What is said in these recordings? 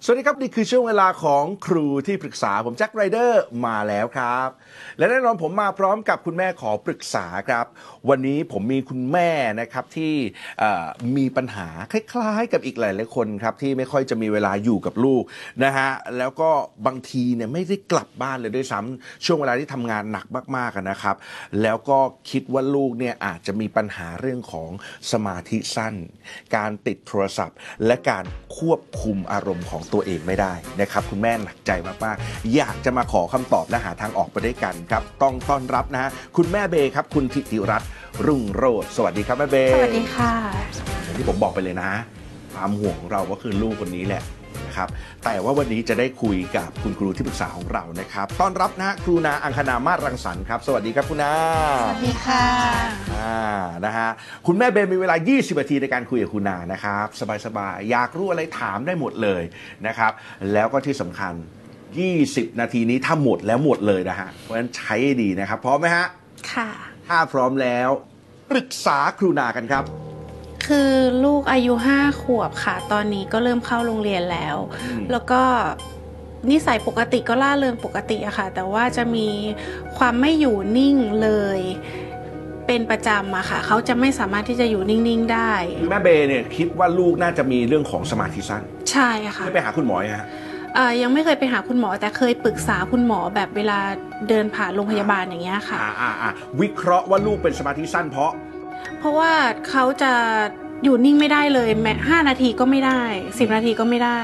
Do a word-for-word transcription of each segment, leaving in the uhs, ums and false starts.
สวัสดีครับนี่คือช่วงเวลาของครูที่ปรึกษาผมแจ็คไรเดอร์มาแล้วครับและแน่นอนผมมาพร้อมกับคุณแม่ขอปรึกษาครับวันนี้ผมมีคุณแม่นะครับที่มีปัญหาคล้ายๆกับอีกหลายๆคนครับที่ไม่ค่อยจะมีเวลาอยู่กับลูกนะฮะแล้วก็บางทีเนี่ยไม่ได้กลับบ้านเลยด้วยซ้ำช่วงเวลาที่ทำงานหนักมากๆนะครับแล้วก็คิดว่าลูกเนี่ยอาจจะมีปัญหาเรื่องของสมาธิสั้นการติดโทรศัพท์และการควบคุมอารมณ์ของตัวเองไม่ได้นะครับคุณแม่หนักใจมากๆอยากจะมาขอคำตอบและหาทางออกไปด้วยกันครับต้องต้อนรับนะฮะคุณแม่เบครับคุณธิติรัตน์รุ่งโรจน์สวัสดีครับแม่เบสวัสดีค่ะอย่างที่ผมบอกไปเลยนะความห่วงของเราก็คือลูกคนนี้แหละนะครับแต่ว่าวันนี้จะได้คุยกับคุณครูที่ปรึกษาของเรานะครับต้อนรับนะฮะครูนาอังคณามาศรังสรรค์ครับสวัสดีครับคุณนาสวัสดีค่ะอ่านะฮะคุณแม่เบมีเวลายี่สิบนาทีในการคุยกับคุณนานะครับสบายๆอยากรู้อะไรถามได้หมดเลยนะครับแล้วก็ที่สำคัญยี่สิบนาทีนี้ถ้าหมดแล้วหมดเลยนะฮะเพราะฉะนั้นใช้ดีนะครับพร้อมไหมฮะค่ะถ้าพร้อมแล้วปรึกษาครูนากันครับคือลูกอายุห้าขวบค่ะตอนนี้ก็เริ่มเข้าโรงเรียนแล้วแล้วก็นิสัยปกติก็ล่าเริงปกติอะค่ะแต่ว่าจะมีความไม่อยู่นิ่งเลยเป็นประจำอะค่ะเขาจะไม่สามารถที่จะอยู่นิ่งๆได้แม่เบเนี่ยคิดว่าลูกน่าจะมีเรื่องของสมาธิสั้นใช่ค่ะไม่ไปหาคุณหมอฮะยังไม่เคยไปหาคุณหมอแต่เคยปรึกษาคุณหมอแบบเวลาเดินผ่านโรงพยาบาลอย่างเงี้ยค่ะอ่าๆวิเคราะห์ว่าลูกเป็นสมาธิสั้นเพราะเพราะว่าเขาจะอยู่นิ่งไม่ได้เลยแม้ห้านาทีก็ไม่ได้สิบนาทีก็ไม่ได้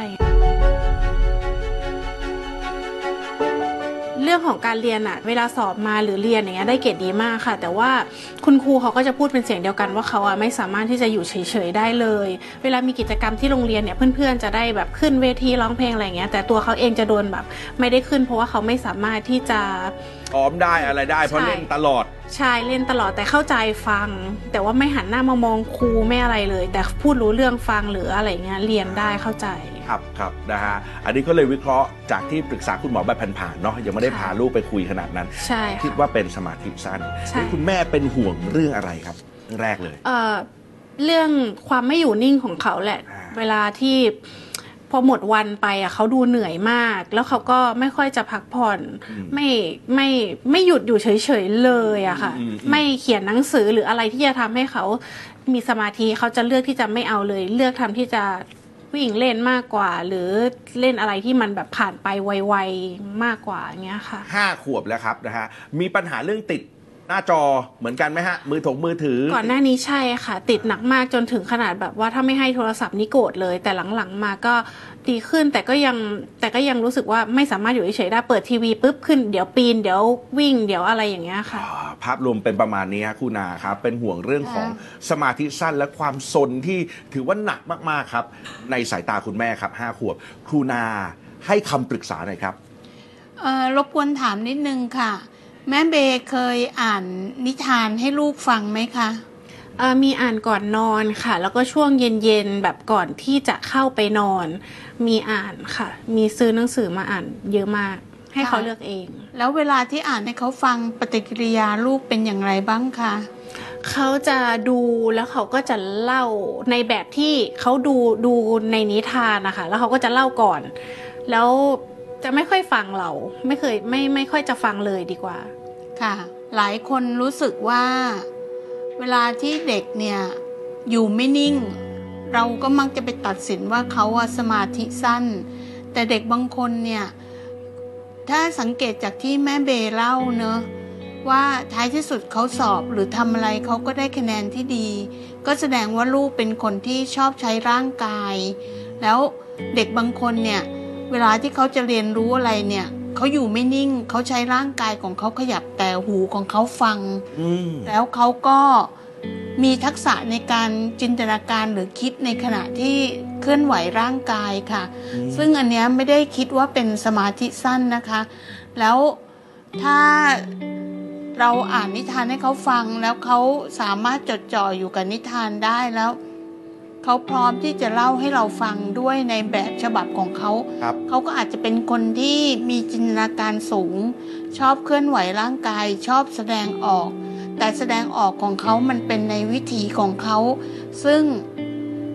เรื่องของการเรียนอะเวลาสอบมาหรือเรียนอย่างเงี้ยได้เกรดดีมากค่ะแต่ว่าคุณครูเขาก็จะพูดเป็นเสียงเดียวกันว่าเขาอะไม่สามารถที่จะอยู่เฉยๆได้เลยเวลามีกิจกรรมที่โรงเรียนเนี่ยเพื่อนๆจะได้แบบขึ้นเวทีร้องเพลงอะไรเงี้ยแต่ตัวเขาเองจะโดนแบบไม่ได้ขึ้นเพราะว่าเขาไม่สามารถที่จะซ้อมได้อะไรได้เพราะเล่นตลอดใช่เล่นตลอดแต่เข้าใจฟังแต่ว่าไม่หันหน้ามามองครูไม่อะไรเลยแต่พูดรู้เรื่องฟังหรืออะไรเงี้ยเรียนได้เข้าใจครับครับนะฮะอันนี้ก็เลยวิเคราะห์จากที่ปรึกษาคุณหมอแบบผ่านๆเนาะยังไม่ได้พาลูกไปคุยขนาดนั้นใช่คิดว่าเป็นสมาธิสั้นคุณแม่เป็นห่วงเรื่องอะไรครับแรกเลยเอ่อเรื่องความไม่อยู่นิ่งของเขาแหละเวลาที่พอหมดวันไปอ่ะเขาดูเหนื่อยมากแล้วเขาก็ไม่ค่อยจะพักผ่อนไม่ไม่ไม่หยุดอยู่เฉยๆเลยอะค่ะไม่เขียนหนังสือหรืออะไรที่จะทำให้เขามีสมาธิเขาจะเลือกที่จะไม่เอาเลยเลือกทำที่จะวิ่งเล่นมากกว่าหรือเล่นอะไรที่มันแบบผ่านไปไวๆมากกว่าอย่างเงี้ยค่ะห้าขวบแล้วครับนะฮะมีปัญหาเรื่องติดหน้าจอเหมือนกันไหมฮะมือถงมือถือก่อนหน้านี้ใช่ค่ะติดหนักมากจนถึงขนาดแบบว่าถ้าไม่ให้โทรศัพท์นี่โกรธเลยแต่หลังๆมาก็ดีขึ้นแต่ก็ยังแต่ก็ยังรู้สึกว่าไม่สามารถอยู่เฉยๆได้เปิดทีวีปุ๊บขึ้นเดี๋ยวปีนเดี๋ยววิ่งเดี๋ยวอะไรอย่างเงี้ยค่ะภาพรวมเป็นประมาณนี้ครับคุณนาครับเป็นห่วงเรื่องของสมาธิสั้นและความซนที่ถือว่าหนักมากๆครับในสายตาคุณแม่ครับห้าขวบครูนาให้คำปรึกษาหน่อยครับเอ่อรบกวนถามนิดนึงค่ะแม่เบเคยอ่านนิทานให้ลูกฟังไหมคะมีอ่านก่อนนอนค่ะแล้วก็ช่วงเย็นๆแบบก่อนที่จะเข้าไปนอนมีอ่านค่ะมีซื้อหนังสือมาอ่านเยอะมากให้เขาเลือกเองแล้วเวลาที่อ่านให้เขาฟังปฏิกิริยาลูกเป็นอย่างไรบ้างคะเขาจะดูแล้วเขาก็จะเล่าในแบบที่เขาดูดูในนิทานนะคะแล้วเขาก็จะเล่าก่อนแล้วจะไม่ค่อยฟังเราไม่เคยไม่ไม่ค่อยจะฟังเลยดีกว่าค่ะหลายคนรู้สึกว่าเวลาที่เด็กเนี่ยอยู่ไม่นิ่งเราก็มักจะไปตัดสินว่าเขาสมาธิสั้นแต่เด็กบางคนเนี่ยถ้าสังเกตจากที่แม่เบเล่าเนอะว่าท้ายที่สุดเขาสอบหรือทำอะไรเขาก็ได้คะแนนที่ดีก็แสดงว่าลูกเป็นคนที่ชอบใช้ร่างกายแล้วเด็กบางคนเนี่ยเวลาที่เขาจะเรียนรู้อะไรเนี่ยเขาอยู่ไม่นิ่งเขาใช้ร่างกายของเขาขยับแต่หูของเขาฟังแล้วเขาก็มีทักษะในการจินตนาการหรือคิดในขณะที่เคลื่อนไหวร่างกายค่ะซึ่งอันเนี้ยไม่ได้คิดว่าเป็นสมาธิสั้นนะคะแล้วถ้าเราอ่านนิทานให้เขาฟังแล้วเขาสามารถจดจ่ออยู่กับนิทานได้แล้วเขาพร้อมที่จะเล่าให้เราฟังด้วยในแบบฉบับของเขาเขาก็อาจจะเป็นคนที่มีจินตนาการสูงชอบเคลื่อนไหวร่างกายชอบแสดงออกแต่แสดงออกของเขามันเป็นในวิถีของเขาซึ่ง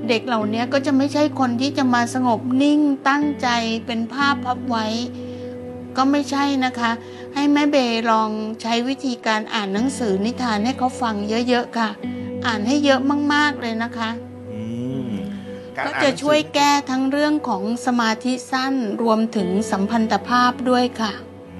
เด็กเหล่านี้ก็จะไม่ใช่คนที่จะมาสงบนิ่งตั้งใจเป็นภาพพับไว้ก็ไม่ใช่นะคะให้แม่เบย์ลองใช้วิธีการอ่านหนังสือนิทานให้เขาฟังเยอะๆค่ะอ่านให้เยอะมากๆเลยนะคะก็จะช่วยแก้ทั้งเรื่องของสมาธิสั้นรวมถึงสัมพันธภาพด้วยค่ะ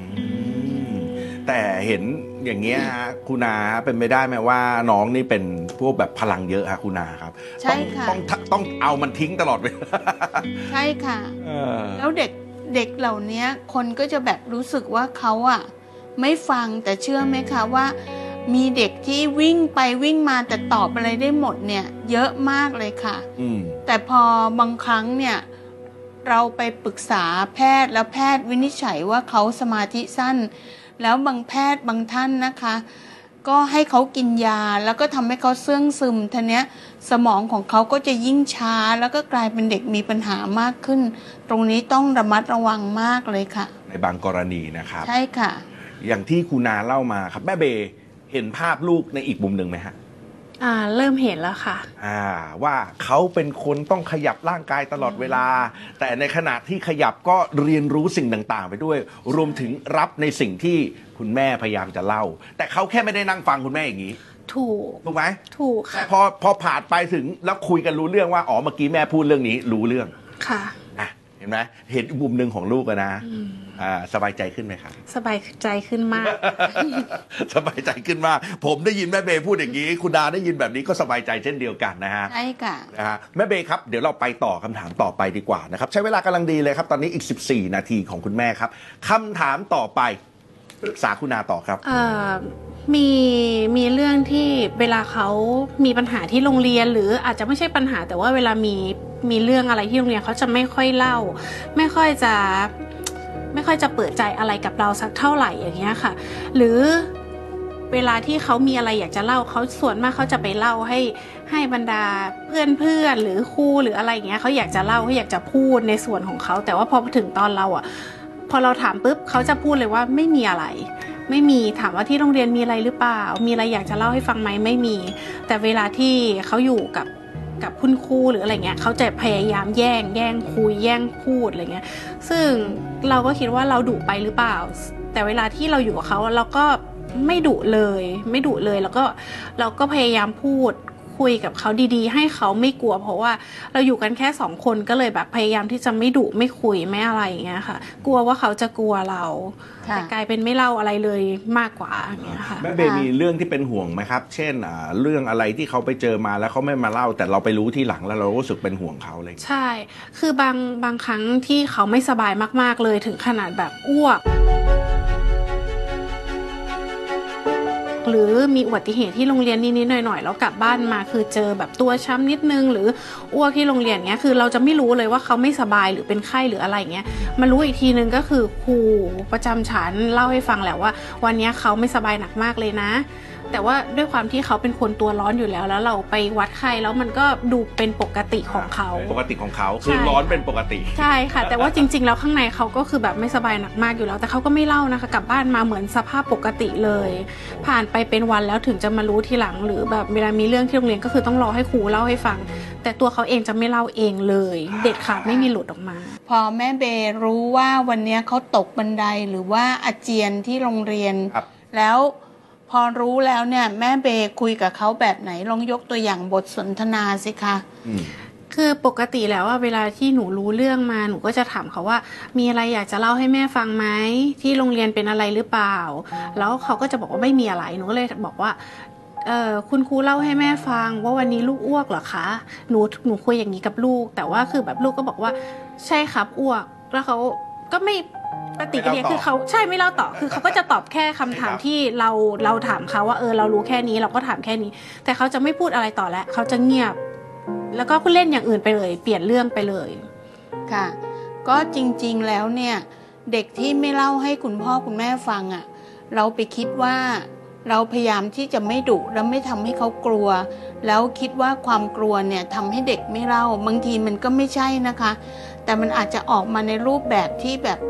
แต่เห็นอย่างเงี้ยฮะคุณนาเป็นไม่ได้ไหมว่าน้องนี่เป็นพวกแบบพลังเยอะฮะคุณนาครับใช่ค่ะต้องต้องเอามันทิ้งตลอดเวลาใช่ค่ะแล้วเด็กเด็กเหล่านี้คนก็จะแบบรู้สึกว่าเขาอ่ะไม่ฟังแต่เชื่อไหมคะว่ามีเด็กที่วิ่งไปวิ่งมาแต่ตอบอะไรได้หมดเนี่ยเยอะมากเลยค่ะแต่พอบางครั้งเนี่ยเราไปปรึกษาแพทย์แล้วแพทย์วินิจฉัยว่าเขาสมาธิสั้นแล้วบางแพทย์บางท่านนะคะก็ให้เขากินยาแล้วก็ทำให้เขาเสื่องซึมทีเนี้ยสมองของเขาก็จะยิ่งช้าแล้วก็กลายเป็นเด็กมีปัญหามากขึ้นตรงนี้ต้องระมัดระวังมากเลยค่ะในบางกรณีนะครับใช่ค่ะอย่างที่คุณนาเล่ามาครับแม่เบย์เห็นภาพลูกในอีกมุมหนึ่งไหมฮะอ่าเริ่มเห็นแล้วค่ะอ่าว่าเขาเป็นคนต้องขยับร่างกายตลอดเวลาแต่ในขณะที่ขยับก็เรียนรู้สิ่งต่างๆไปด้วยรวมถึงรับในสิ่งที่คุณแม่พยายามจะเล่าแต่เขาแค่ไม่ได้นั่งฟังคุณแม่อย่างนี้ถูกถูกไหมถูกค่ะพอพอผ่านไปถึงแล้วคุยกันรู้เรื่องว่าอ๋อเมื่อกี้แม่พูดเรื่องนี้รู้เรื่องค่ะอ่ะเห็นไหมเห็นมุมหนึ่งของลูกนะอ่าสบายใจขึ้นไหมครับสบายใจขึ้นมากสบายใจขึ้นมากผมได้ยินแม่เบย์พูดอย่างนี้คุณดาได้ยินแบบนี้ก็สบายใจเช่นเดียวกันนะฮะใช่ค่ะนะฮะแม่เบย์ครับเดี๋ยวเราไปต่อคำถามต่อไปดีกว่านะครับใช้เวลากำลังดีเลยครับตอนนี้อีกสิบสี่นาทีของคุณแม่ครับคำถามต่อไปปรึกษาคุณนาต่อครับเอ่อมีมีเรื่องที่เวลาเขามีปัญหาที่โรงเรียนหรืออาจจะไม่ใช่ปัญหาแต่ว่าเวลามีมีเรื่องอะไรที่โรงเรียนเขาจะไม่ค่อยเล่าไม่ค่อยจะไม่ค่อยจะเปิดใจอะไรกับเราสักเท่าไหร่อย่างเงี้ยค่ะหรือเวลาที่เขามีอะไรอยากจะเล่าเขาส่วนมากเขาจะไปเล่าให้ให้บรรดาเพื่อนเพื่อนหรือครูหรืออะไรอย่างเงี้ยเขาอยากจะเล่าเขาอยากจะพูดในส่วนของเขาแต่ว่าพอถึงตอนเราอ่ะพอเราถามปุ๊บเขาจะพูดเลยว่าไม่มีอะไรไม่มีถามว่าที่โรงเรียนมีอะไรหรือเปล่ามีอะไรอยากจะเล่าให้ฟังไหมไม่มีแต่เวลาที่เขาอยู่กับกับคุณครูหรืออะไรเงี้ยเขาจะพยายามแย่งแย่งคุยแย่งพูดอะไรเงี้ยซึ่งเราก็คิดว่าเราดุไปหรือเปล่าแต่เวลาที่เราอยู่กับเขาเราก็ไม่ดุเลยไม่ดุเลยแล้วก็เราก็พยายามพูดคุยกับเขาดีๆให้เขาไม่กลัวเพราะว่าเราอยู่กันแค่สองคนก็เลยแบบพยายามที่จะไม่ดุไม่คุยไม่อะไรอย่างเงี้ยค่ะกลัวว่าเขาจะกลัวเราแต่กลายเป็นไม่เล่าอะไรเลยมากกว่าอย่างเงี้ยค่ะแม่เบย์มีเรื่องที่เป็นห่วงไหมครับเช่นเรื่องอะไรที่เขาไปเจอมาแล้วเขาไม่มาเล่าแต่เราไปรู้ที่หลังแล้วเรารู้สึกเป็นห่วงเขาเลยใช่คือบางบางครั้งที่เขาไม่สบายมากๆเลยถึงขนาดแบบอ้วกหรือมีอุบัติเหตุที่โรงเรียนนิดๆหน่อยๆแล้วกลับบ้านมาคือเจอแบบตัวช้ำนิดนึงหรืออ้วกที่โรงเรียนเงี้ยคือเราจะไม่รู้เลยว่าเขาไม่สบายหรือเป็นไข้หรืออะไรเงี้ยมารู้อีกทีนึงก็คือครูประจำชั้นเล่าให้ฟังแหละว่าวันนี้เขาไม่สบายหนักมากเลยนะแต่ว่าด้วยความที่เขาเป็นคนตัวร้อนอยู่แล้วแล้วเราไปวัดไข้แล้วมันก็ดูเป็นปกติของเขาปกติของเขาคือร้อนเป็นปกติใช่ค่ะแต่ว่าจริงๆแล้วข้างในเขาก็คือแบบไม่สบายหนักมากอยู่แล้วแต่เขาก็ไม่เล่านะคะกลับบ้านมาเหมือนสภาพปกติเลยผ่านไปเป็นวันแล้วถึงจะมารู้ทีหลังหรือแบบเวลามีเรื่องที่โรงเรียนก็คือต้องรอให้ครูเล่าให้ฟังแต่ตัวเขาเองจะไม่เล่าเองเลยเด็ดขาดไม่มีหลุดออกมาพอแม่เบย์รู้ว่าวันนี้เขาตกบันไดหรือว่าอาเจียนที่โรงเรียนแล้วพอรู้แล้วเนี่ยแม่เบย์คุยกับเขาแบบไหนลองยกตัวอย่างบทสนทนาสิคะคือปกติแล้วว่าเวลาที่หนูรู้เรื่องมาหนูก็จะถามเขาว่ามีอะไรอยากจะเล่าให้แม่ฟังไหมที่โรงเรียนเป็นอะไรหรือเปล่าแล้วเขาก็จะบอกว่าไม่มีอะไรหนูก็เลยบอกว่าเออคุณครูเล่าให้แม่ฟังว่าวันนี้ลูกอ้วกเหรอคะหนูหนูคุยอย่างนี้กับลูกแต่ว่าคือแบบลูกก็บอกว่าใช่ครับอ้วกแล้วเขาก็ไม่ปฏิกิริยาคือเขาใช่ไม่เล่าต่อคือเขาก็จะตอบแค่คำถามที่เราเราถามเขาว่าเออเรารู้แค่นี้เราก็ถามแค่นี้แต่เขาจะไม่พูดอะไรต่อแล้วเขาจะเงียบแล้วก็เล่นอย่างอื่นไปเลยเปลี่ยนเรื่องไปเลยค่ะก็จริงๆแล้วเนี่ยเด็กที่ไม่เล่าให้คุณพ่อคุณแม่ฟังอ่ะเราไปคิดว่าเราพยายามที่จะไม่ดุแล้วไม่ทำให้เขากลัวแล้วคิดว่าความกลัวเนี่ยทำให้เด็กไม่เล่าบางทีมันก็ไม่ใช่นะคะแต่มันอาจจะออกมาในรูปแบบที่แบบ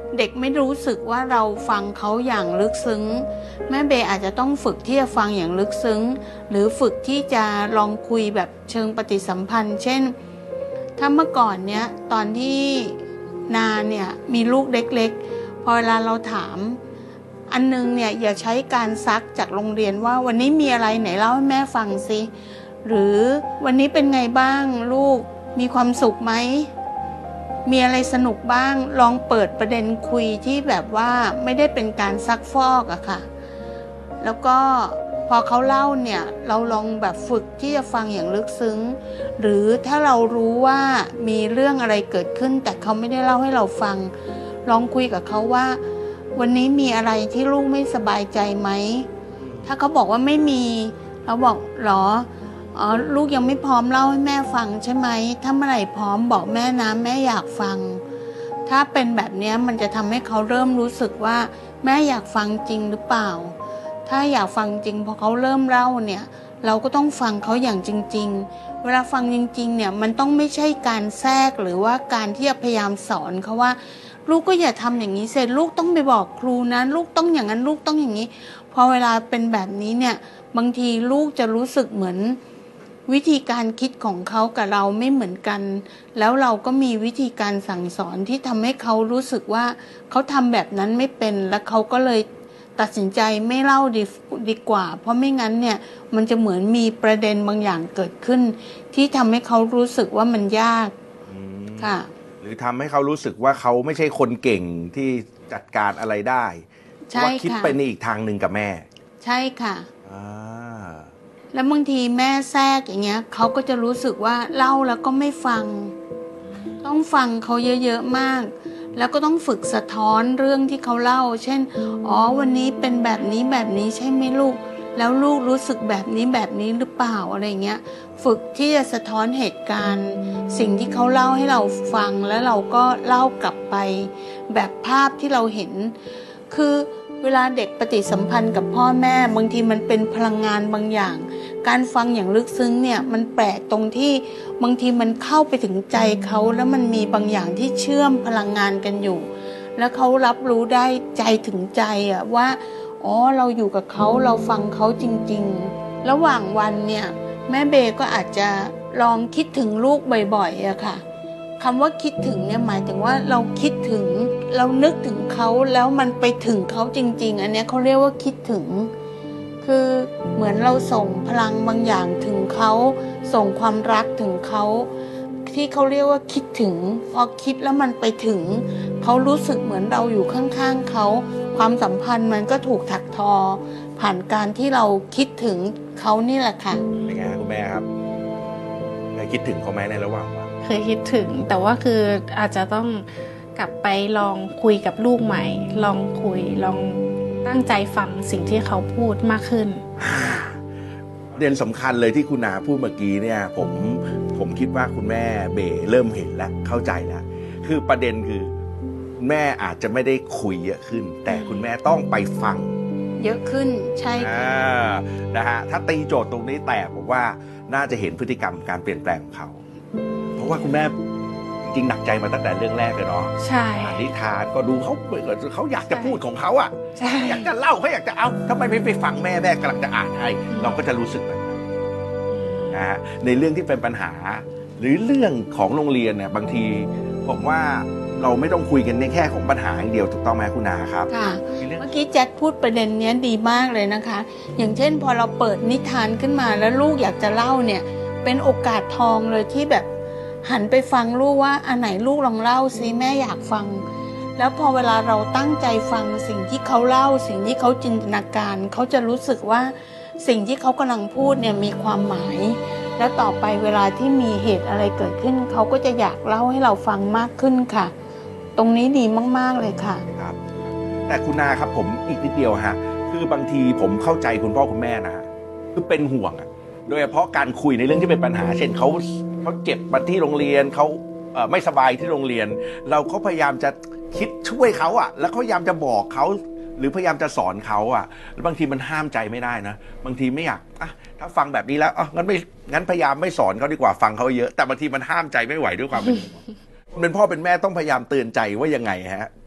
เด็กไม่รู้สึกว่าเราฟังเขาอย่างลึกซึ้งแม่เบย์อาจจะต้องฝึกที่จะฟังอย่างลึกซึ้งหรือฝึกที่จะลองคุยแบบเชิงปฏิสัมพันธ์เช่นถ้าเมื่อก่อนเนี้ยตอนที่นาเนี่ยมีลูกเล็กๆพอเวลาเราถามอันนึงเนี่ยอย่าใช้การซักจากโรงเรียนว่าวันนี้มีอะไรไหนเล่าให้แม่ฟังสิหรือวันนี้เป็นไงบ้างลูกมีความสุขไหมมีอะไรสนุกบ้างลองเปิดประเด็นคุยที่แบบว่าไม่ได้เป็นการซักฟอกอะค่ะแล้วก็พอเขาเล่าเนี่ยเราลองแบบฝึกที่จะฟังอย่างลึกซึ้งหรือถ้าเรารู้ว่ามีเรื่องอะไรเกิดขึ้นแต่เขาไม่ได้เล่าให้เราฟังลองคุยกับเขาว่าวันนี้มีอะไรที่ลูกไม่สบายใจไหมถ้าเขาบอกว่าไม่มีเราบอกหรออ๋อลูกยังไม่พร้อมเล่าให้แม่ฟังใช่ไหมถ้าเมื่อไหร่พร้อมบอกแม่นะแม่อยากฟังถ้าเป็นแบบนี้มันจะทำให้เขาเริ่มรู้สึกว่าแม่อยากฟังจริงหรือเปล่าถ้าอยากฟังจริงพอเขาเริ่มเล่าเนี่ยเราก็ต้องฟังเขาอย่างจริงๆเวลาฟังจริงๆเนี่ยมันต้องไม่ใช่การแทรกหรือว่าการที่จะพยายามสอนเขาว่าลูกก็อย่าทำอย่างนี้เสร็จลูกต้องไปบอกครูนะลูกต้องอย่างนั้นลูกต้องอย่างนี้พอเวลาเป็นแบบนี้เนี่ยบางทีลูกจะรู้สึกเหมือนวิธีการคิดของเขากับเราไม่เหมือนกันแล้วเราก็มีวิธีการสั่งสอนที่ทำให้เขารู้สึกว่าเขาทำแบบนั้นไม่เป็นและเขาก็เลยตัดสินใจไม่เล่าดีดีกว่าเพราะไม่งั้นเนี่ยมันจะเหมือนมีประเด็นบางอย่างเกิดขึ้นที่ทำให้เขารู้สึกว่ามันยากค่ะหรือทำให้เขารู้สึกว่าเขาไม่ใช่คนเก่งที่จัดการอะไรได้ว่าคิดไปในอีกทางหนึ่งกับแม่ใช่ค่ะแล้วบางทีแม่แทรกอย่างเงี้ยเขาก็จะรู้สึกว่าเล่าแล้วก็ไม่ฟังต้องฟังเขาเยอะๆมากแล้วก็ต้องฝึกสะท้อนเรื่องที่เขาเล่าเช่นอ๋อวันนี้เป็นแบบนี้แบบนี้ใช่ไหมลูกแล้วลูกรู้สึกแบบนี้แบบนี้หรือเปล่าอะไรเงี้ยฝึกที่จะสะท้อนเหตุการณ์สิ่งที่เขาเล่าให้เราฟังแล้วเราก็เล่ากลับไปแบบภาพที่เราเห็นคือเวลาเด็กปฏิสัมพันธ์กับพ่อแม่บางทีมันเป็นพลังงานบางอย่างการฟังอย่างลึกซึ้งเนี่ยมันแปลกตรงที่บางทีมันเข้าไปถึงใจเขาแล้วมันมีบางอย่างที่เชื่อมพลังงานกันอยู่แล้วเขารับรู้ได้ใจถึงใจอะว่าอ๋อเราอยู่กับเขาเราฟังเขาจริงๆระหว่างวันเนี่ยแม่เบก็อาจจะลองคิดถึงลูกบ่อยๆอะค่ะคำว่าคิดถึงเนี่ยหมายถึงว่าเราคิดถึงเรานึกถึงเขาแล้วมันไปถึงเขาจริงๆอันนี้เขาเรียกว่าคิดถึงคือเหมือนเราส่งพลังบางอย่างถึงเขาส่งความรักถึงเขาที่เขาเรียกว่าคิดถึงพอคิดแล้วมันไปถึงเขารู้สึกเหมือนเราอยู่ข้างๆเขาความสัมพันธ์มันก็ถูกถักทอผ่านการที่เราคิดถึงเขานี่แหละค่ะเป็นไงคุณแม่ครับเคยคิดถึงเขาไหมในระหว่างวันเคยคิดถึงแต่ว่าคืออาจจะต้องกลับไปลองคุยกับลูกใหม่ลองคุยลองตั้งใจฟังสิ่งที่เขาพูดมากขึ้นเด่นสำคัญเลยที่คุณนาพูดเมื่อกี้เนี่ยผมผมคิดว่าคุณแม่เบเริ่มเห็นแล้วเข้าใจแล้วคือประเด็นคือแม่อาจจะไม่ได้คุยเยอะขึ้นแต่คุณแม่ต้องไปฟังเยอะขึ้นใช่ค่ะนะฮะถ้าตีโจทย์ตรงนี้แตกผมว่าน่าจะเห็นพฤติกรรมการเปลี่ยนแปลงของเขาเพราะว่าคุณแม่จริงหนักใจมาตั้งแต่เรื่องแรกเลยเนาะใช่นิทานก็ดูเขาเขาอยากจะพูดของเขาอ่ะอยากจะเล่าเขาอยากจะเอาทำไมไม่ไปฟังแม่แม่กำลังจะอ่านให้เราก็จะรู้สึกแบบนั้นนะฮะในเรื่องที่เป็นปัญหาหรือเรื่องของโรงเรียนเนี่ยบางทีผมว่าเราไม่ต้องคุยกันในแค่ของปัญหาอย่างเดียวถูกต้องไหมคุณนาครับค่ะเมื่อกี้แจ็คพูดประเด็นนี้ดีมากเลยนะคะอย่างเช่นพอเราเปิดนิทานขึ้นมาแล้วลูกอยากจะเล่าเนี่ยเป็นโอกาสทองเลยที่แบบหันไปฟังลูกว่าอันไหนลูกลองเล่าซิแม่อยากฟังแล้วพอเวลาเราตั้งใจฟังสิ่งที่เขาเล่าสิ่งที่เขาจินตนาการเขาจะรู้สึกว่าสิ่งที่เขากำลังพูดเนี่ยมีความหมายแล้วต่อไปเวลาที่มีเหตุอะไรเกิดขึ้นเขาก็จะอยากเล่าให้เราฟังมากขึ้นค่ะตรงนี้ดีมากๆเลยค่ะครับแต่คุณนาครับผมอีกนิดเดียวฮะคือบางทีผมเข้าใจคุณพ่อคุณแม่นะฮะคือเป็นห่วงอะโดยเฉพาะการคุยในเรื่องที่เป็นปัญหาเช่นเขาเขาเจ็บมาที่โรงเรียนเขาเอ่อไม่สบายที่โรงเรียนเราก็พยายามจะคิดช่วยเขาอะแล้วเขาพยายามจะบอกเขาหรือพยายามจะสอนเขาอะแล้วบางทีมันห้ามใจไม่ได้นะบางทีไม่อยากอ่ะถ้าฟังแบบนี้แล้วอ่ะงั้นไม่งั้นพยายามไม่สอนเขาดีกว่าฟังเขาเยอะแต่บางทีมันห้ามใจไม่ไหวด้วยความเป็นเป็นพ่อเป็นแม่ต้องพยายามเตือนใจว่ายังไงฮะ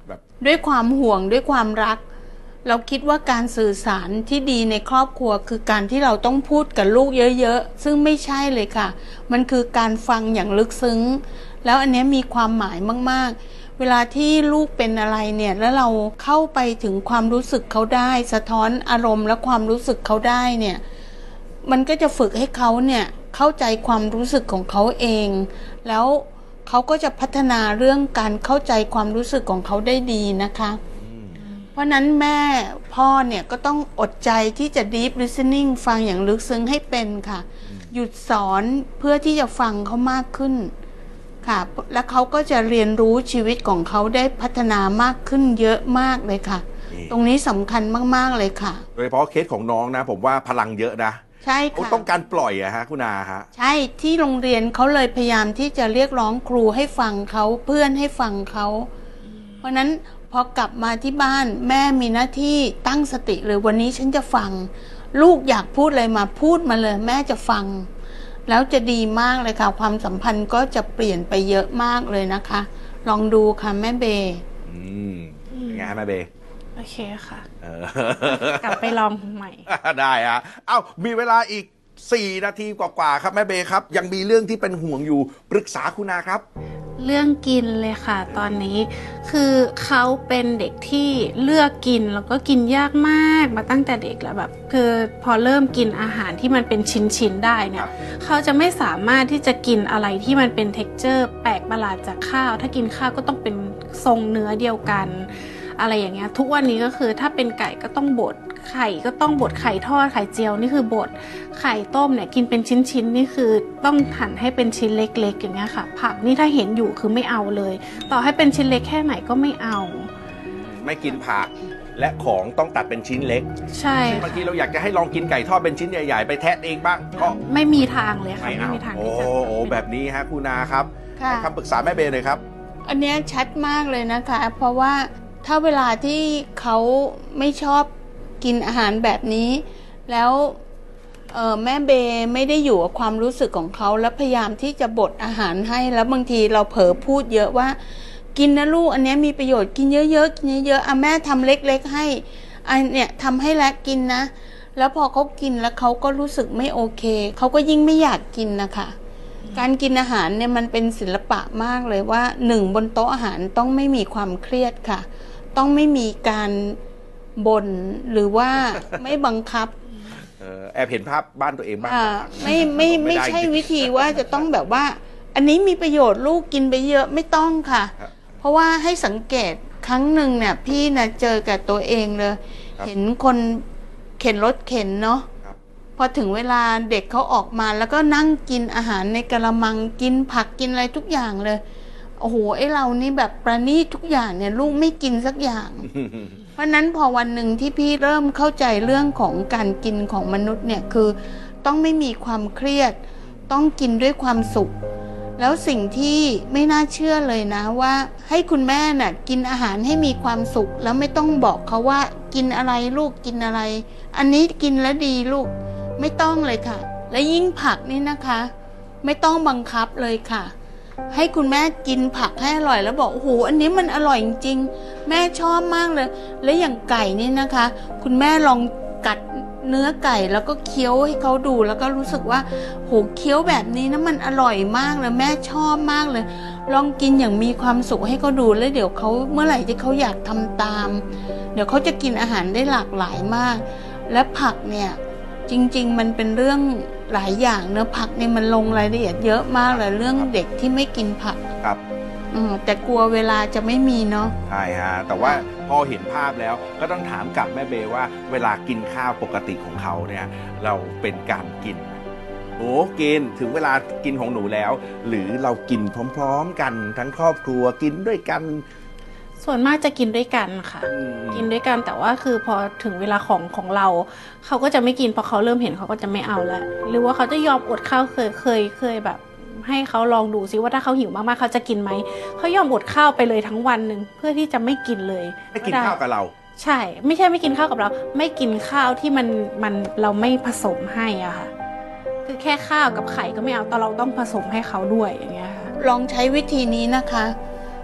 แบบด้วยความห่วงด้วยความรัก เราคิดว่าการสื่อสารที่ดีในครอบครัวคือการที่เราต้องพูดกับลูกเยอะๆซึ่งไม่ใช่เลยค่ะมันคือการฟังอย่างลึกซึ้งแล้วอันนี้มีความหมายมากๆเวลาที่ลูกเป็นอะไรเนี่ยแล้วเราเข้าไปถึงความรู้สึกเขาได้สะท้อนอารมณ์และความรู้สึกเขาได้เนี่ยมันก็จะฝึกให้เขาเนี่ยเข้าใจความรู้สึกของเขาเองแล้วเขาก็จะพัฒนาเรื่องการเข้าใจความรู้สึกของเขาได้ดีนะคะเพราะนั้นแม่พ่อเนี่ยก็ต้องอดใจที่จะ deep listening ฟังอย่างลึกซึ้งให้เป็นค่ะหยุดสอนเพื่อที่จะฟังเขามากขึ้นค่ะและเขาก็จะเรียนรู้ชีวิตของเขาได้พัฒนามากขึ้นเยอะมากเลยค่ะตรงนี้สำคัญมากๆเลยค่ะโดยเฉพาะเคสของน้องนะผมว่าพลังเยอะนะใช่ค่ะเขาต้องการปล่อยอะฮะคุณอาฮะใช่ที่โรงเรียนเขาเลยพยายามที่จะเรียกร้องครูให้ฟังเขาเพื่อนให้ฟังเขาเพราะนั้นพอกลับมาที่บ้านแม่มีหน้าที่ตั้งสติเลยวันนี้ฉันจะฟังลูกอยากพูดอะไรมาพูดมาเลยแม่จะฟังแล้วจะดีมากเลยค่ะความสัมพันธ์ก็จะเปลี่ยนไปเยอะมากเลยนะคะลองดูค่ะแม่เบย์อืมเป็นไงฮะแม่เบย์โอเคค่ะกลับไปลองใหม่ได้ฮะเอ้ามีเวลาอีกสี่นาทีกว่าๆครับแม่เบย์ครับยังมีเรื่องที่เป็นห่วงอยู่ปรึกษาคุณอาครับเรื่องกินเลยค่ะตอนนี้คือเขาเป็นเด็กที่เลือกกินแล้วก็กินยากมากมาตั้งแต่เด็กแล้วแบบคือพอเริ่มกินอาหารที่มันเป็นชิ้นๆได้เนี่ยเขาจะไม่สามารถที่จะกินอะไรที่มันเป็นเท็กเจอร์แปลกประหลาดจากข้าวถ้ากินข้าวก็ต้องเป็นทรงเนื้อเดียวกันอะไรอย่างเงี้ยทุกวันนี้ก็คือถ้าเป็นไก่ก็ต้องบดไข่ก็ต้องบดไข่ทอดไข่เจียวนี่คือบดไข่ต้มเนี่ยกินเป็นชิ้นๆนี่คือต้องหั่นให้เป็นชิ้นเล็กๆอย่างเงี้ยค่ะผักนี่ถ้าเห็นอยู่คือไม่เอาเลยต่อให้เป็นชิ้นเล็กแค่ไหนก็ไม่เอาไม่กินผักและของต้องตัดเป็นชิ้นเล็กใช่บางทีเราอยากจะให้ลองกินไก่ทอดเป็นชิ้นใหญ่ๆไปแทะเองบ้างก็ไม่มีทางเลยค่ะไม่มีทางที่จะโอ้โหแบบนี้ฮะคุณนาครับคำปรึกษาแม่เบย์เลยครับอันนี้ชัดมากเลยนะคะเพราะว่าถ้าเวลาที่เขาไม่ชอบกินอาหารแบบนี้แล้วแม่เบย์ไม่ได้อยู่กับความรู้สึกของเขาแล้วพยายามที่จะบดอาหารให้แล้วบางทีเราเผลอพูดเยอะว่ากินนะลูกอันนี้มีประโยชน์กินเยอะๆกินเยอะๆอ่ะแม่ทำเล็กๆให้อันเนี้ยทำให้แล้วกินนะแล้วพอเขากินแล้วเขาก็รู้สึกไม่โอเคเขาก็ยิ่งไม่อยากกินนะคะการกินอาหารเนี่ยมันเป็นศิลปะมากเลยว่าหนึ่งบนโต๊ะอาหารต้องไม่มีความเครียดค่ะต้องไม่มีการบ่นหรือว่าไม่บังคับแอบเห็นภาพบ้านตัวเองบ้างไม่ไม่ไม่ใช่วิธีว่าจะต้องแบบว่าอันนี้มีประโยชน์ลูกกินไปเยอะไม่ต้องค่ะเพราะว่าให้สังเกตครั้งหนึ่งเนี่ยพี่นะเจอกับตัวเองเลยเห็นคนเข็นรถเข็นเนาะพอถึงเวลาเด็กเขาออกมาแล้วก็นั่งกินอาหารในกระมังกินผักกินอะไรทุกอย่างเลยโอ้โหไอเรานี่แบบประณีตทุกอย่างเนี่ยลูกไม่กินสักอย่าง เพราะนั้นพอวันหนึ่งที่พี่เริ่มเข้าใจเรื่องของการกินของมนุษย์เนี่ยคือต้องไม่มีความเครียดต้องกินด้วยความสุขแล้วสิ่งที่ไม่น่าเชื่อเลยนะว่าให้คุณแม่น่ะกินอาหารให้มีความสุขแล้วไม่ต้องบอกเขาว่ากินอะไรลูกกินอะไรอันนี้กินแล้วดีลูกไม่ต้องเลยค่ะและยิ่งผักนี่นะคะไม่ต้องบังคับเลยค่ะให้คุณแม่กินผักให้อร่อยแล้วบอกโอ้โหอันนี้มันอร่อยจริงๆแม่ชอบมากเลยและอย่างไก่นี่นะคะคุณแม่ลองกัดเนื้อไก่แล้วก็เคี้ยวให้เขาดูแล้วก็รู้สึกว่าโหเคี้ยวแบบนี้นะมันอร่อยมากเลยแม่ชอบมากเลยลองกินอย่างมีความสุขให้เขาดูแล้วเดี๋ยวเขาเมื่อไหร่ที่เขาอยากทำตามเดี๋ยวเขาจะกินอาหารได้หลากหลายมากและผักเนี่ยจริงๆมันเป็นเรื่องหลายอย่างเนื้อผักนี่มันลงรายละเอียดเยอะมากเลยเรื่องเด็กที่ไม่กินผักครับแต่กลัวเวลาจะไม่มีเนาะใช่ฮะแต่ว่าพอเห็นภาพแล้วก็ต้องถามกลับแม่เบย์ว่าเวลากินข้าวปกติของเขาเนี่ยเราเป็นการกินโอ้กินถึงเวลากินของหนูแล้วหรือเรากินพร้อมๆกันทั้งครอบครัวกินด้วยกันส่วนมากจะกินด้วยกันค่ะกินด้วยกันแต่ว่าคือพอถึงเวลาของของเราเขาก็จะไม่กินพอเขาเริ่มเห็นเขาก็จะไม่เอาแล้วหรือว่าเขาจะยอมอดข้าวเคยเคยเคยแบบให้เขาลองดูซิว่าถ้าเขาหิวมากๆเขาจะกินไหมเขายอมอดข้าวไปเลยทั้งวันหนึ่งเพื่อที่จะไม่กินเลยไม่กินข้าวกับเราใช่ไม่ใช่ไม่กินข้าวกับเราไม่กินข้าวที่มันมันเราไม่ผสมให้อ่ะค่ะคือแค่ข้าวกับไข่ก็ไม่เอาแต่เราต้องผสมให้เขาด้วยอย่างเงี้ยค่ะลองใช้วิธีนี้นะคะ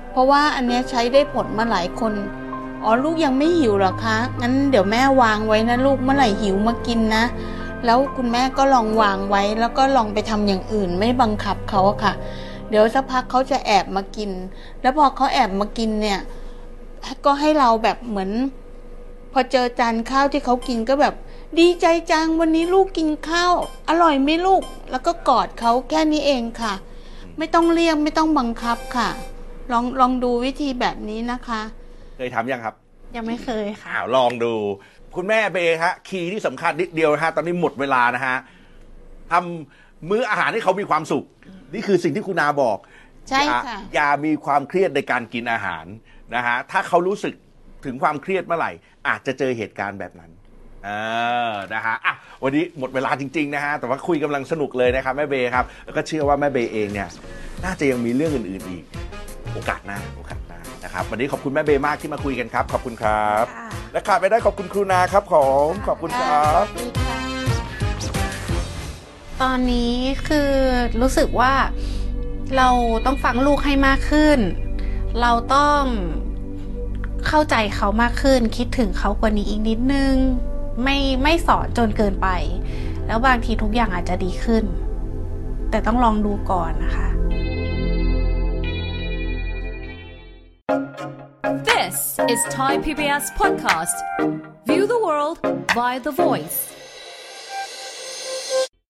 เพราะว่าอันเนี้ยใช้ได้ผลมาหลายคนอ๋อลูกยังไม่หิวเหรอคะงั้นเดี๋ยวแม่วางไว้นะลูกเมื่อไหร่หิวมากินนะแล้วคุณแม่ก็ลองวางไว้แล้วก็ลองไปทำอย่างอื่นไม่บังคับเขาอะค่ะเดี๋ยวสักพักเขาจะแอบมากินแล้วพอเขาแอบมากินเนี่ยก็ให้เราแบบเหมือนพอเจอจานข้าวที่เขากินก็แบบดีใจจังวันนี้ลูกกินข้าวอร่อยไหมลูกแล้วก็กอดเขาแค่นี้เองค่ะไม่ต้องเรียกไม่ต้องบังคับค่ะลองลองดูวิธีแบบนี้นะคะเคยทำยังครับยังไม่เคยค่ะอ้าวลองดูคุณแม่เบฮะคีย์ที่สำคัญนิดเดียวนะฮะตอนนี้หมดเวลานะฮะทำมื้ออาหารให้เขามีความสุขนี่คือสิ่งที่คุณนาบอกใช่ค่ะอย่ามีความเครียดในการกินอาหารนะฮะถ้าเขารู้สึกถึงความเครียดเมื่อไหร่อาจจะเจอเหตุการณ์แบบนั้นเออนะฮะอ่ะวันนี้หมดเวลาจริงๆนะฮะแต่ว่าคุยกำลังสนุกเลยนะครับแม่เบครับแล้วก็เชื่อว่าแม่เบเองเนี่ยน่าจะยังมีเรื่องอื่นๆอีกโอกาสหน้าโอกาสหน้านะครับวันนี้ขอบคุณแม่เบมากที่มาคุยกันครับขอบคุณครับและขาดไปได้ขอบคุณครูนาครับผมขอบคุณครับตอนนี้คือรู้สึกว่าเราต้องฟังลูกให้มากขึ้นเราต้องเข้าใจเขามากขึ้นคิดถึงเขากว่านี้อีกนิดนึงไม่ไม่สอนจนเกินไปแล้วบางทีทุกอย่างอาจจะดีขึ้นแต่ต้องลองดูก่อนนะคะ This is Thai พี บี เอส podcast. View the world via The Voice